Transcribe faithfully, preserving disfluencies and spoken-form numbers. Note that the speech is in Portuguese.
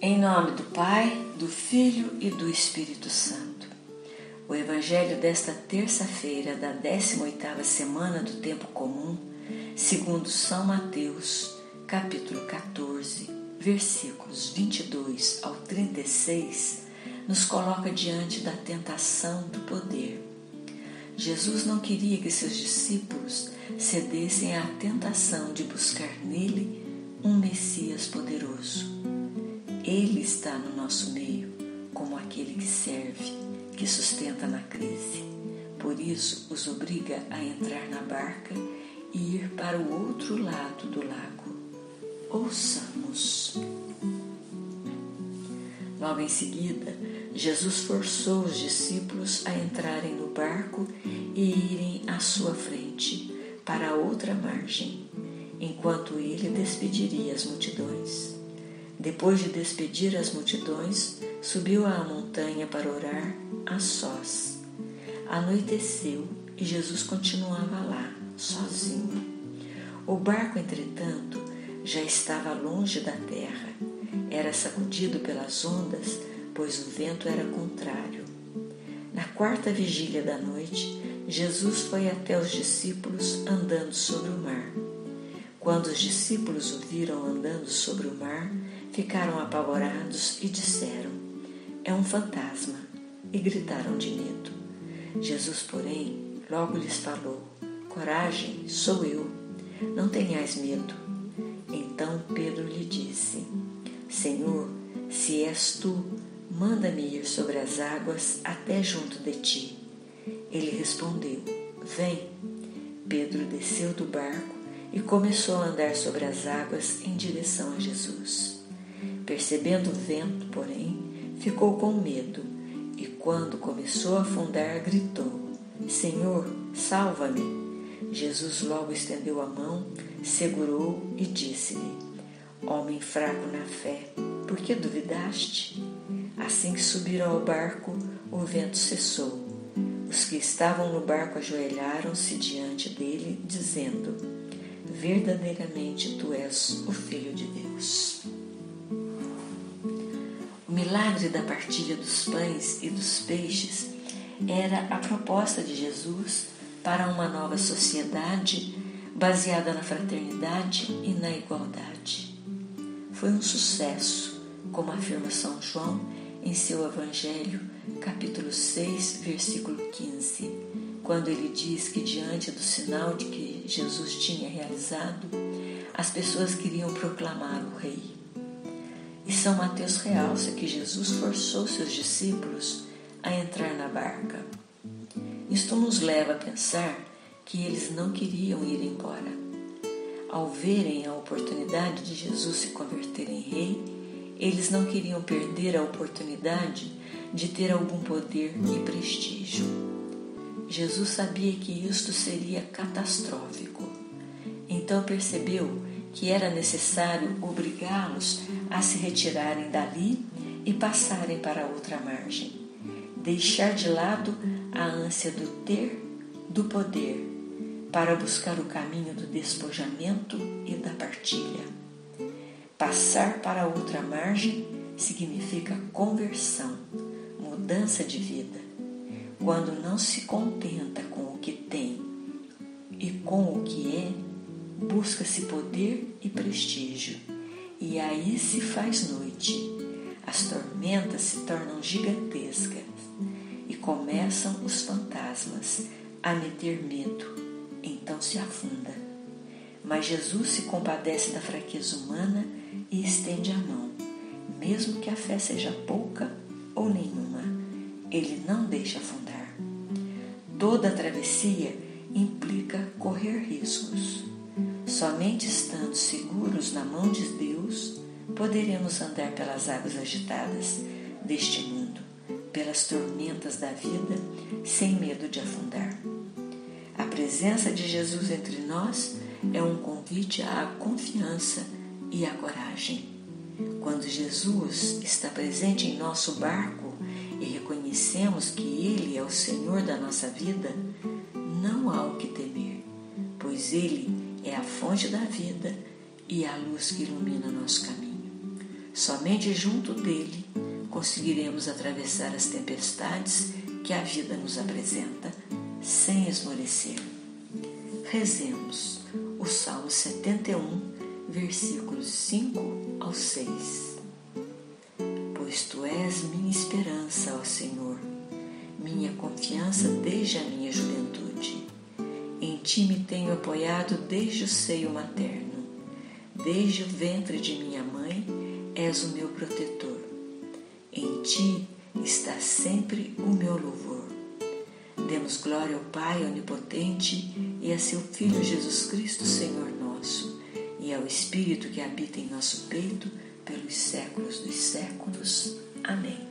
Em nome do Pai, do Filho e do Espírito Santo. O Evangelho desta terça-feira da décima oitava semana do Tempo Comum, segundo São Mateus, capítulo quatorze, versículos vinte e dois ao trinta e seis, nos coloca diante da tentação do poder. Jesus não queria que seus discípulos cedessem à tentação de buscar nele um Messias poderoso. Ele está no nosso meio como aquele que serve, que sustenta na crise. Por isso, os obriga a entrar na barca e ir para o outro lado do lago. Ouçamos. Logo em seguida, Jesus forçou os discípulos a entrarem no barco e irem à sua frente, para a outra margem, enquanto ele despediria as multidões. Depois de despedir as multidões, subiu à montanha para orar a sós. Anoiteceu e Jesus continuava lá, sozinho. O barco, entretanto, já estava longe da terra. Era sacudido pelas ondas, pois o vento era contrário. Na quarta vigília da noite, Jesus foi até os discípulos andando sobre o mar. Quando os discípulos o viram andando sobre o mar, ficaram apavorados e disseram: "É um fantasma", e gritaram de medo. Jesus, porém, logo lhes falou: "Coragem, sou eu, não tenhais medo." Então Pedro lhe disse: "Senhor, se és tu, manda-me ir sobre as águas até junto de ti." Ele respondeu: "Vem." Pedro desceu do barco e começou a andar sobre as águas em direção a Jesus. Percebendo o vento, porém, ficou com medo e, quando começou a afundar, gritou: "Senhor, salva-me!" Jesus logo estendeu a mão, segurou-o e disse-lhe: "Homem fraco na fé, por que duvidaste?" Assim que subiram ao barco, o vento cessou. Os que estavam no barco ajoelharam-se diante dele, dizendo: "Verdadeiramente tu és o Filho de Deus." O milagre da partilha dos pães e dos peixes era a proposta de Jesus para uma nova sociedade baseada na fraternidade e na igualdade. Foi um sucesso, como afirma São João em seu Evangelho, capítulo seis, versículo quinze, quando ele diz que diante do sinal de que Jesus tinha realizado, as pessoas queriam proclamar o Rei. E São Mateus realça que Jesus forçou seus discípulos a entrar na barca. Isto nos leva a pensar que eles não queriam ir embora. Ao verem a oportunidade de Jesus se converter em rei, eles não queriam perder a oportunidade de ter algum poder e prestígio. Jesus sabia que isto seria catastrófico. Então percebeu que era necessário obrigá-los a se retirarem dali e passarem para outra margem. Deixar de lado a ânsia do ter, do poder, para buscar o caminho do despojamento e da partilha. Passar para outra margem significa conversão, mudança de vida. Quando não se contenta com o que tem e com o que é, busca-se poder e prestígio, e aí se faz noite. As tormentas se tornam gigantescas e começam os fantasmas a meter medo, então se afunda. Mas Jesus se compadece da fraqueza humana e estende a mão, mesmo que a fé seja pouca ou nenhuma. Ele não deixa afundar. Toda a travessia implica correr riscos. Somente estando seguros na mão de Deus, poderemos andar pelas águas agitadas deste mundo, pelas tormentas da vida, sem medo de afundar. A presença de Jesus entre nós é um convite à confiança e à coragem. Quando Jesus está presente em nosso barco e reconhecemos que Ele é o Senhor da nossa vida, não há o que temer, pois Ele é a fonte da vida e a luz que ilumina nosso caminho. Somente junto dele conseguiremos atravessar as tempestades que a vida nos apresenta sem esmorecer. Rezemos o Salmo setenta e um, versículos cinco ao seis. Pois tu és minha esperança, ó Senhor, minha confiança desde a minha juventude. Em ti me tenho apoiado desde o seio materno. Desde o ventre de minha mãe és o meu protetor. Em ti está sempre o meu louvor. Demos glória ao Pai onipotente e a seu Filho Jesus Cristo, Senhor nosso, e ao Espírito que habita em nosso peito pelos séculos dos séculos. Amém.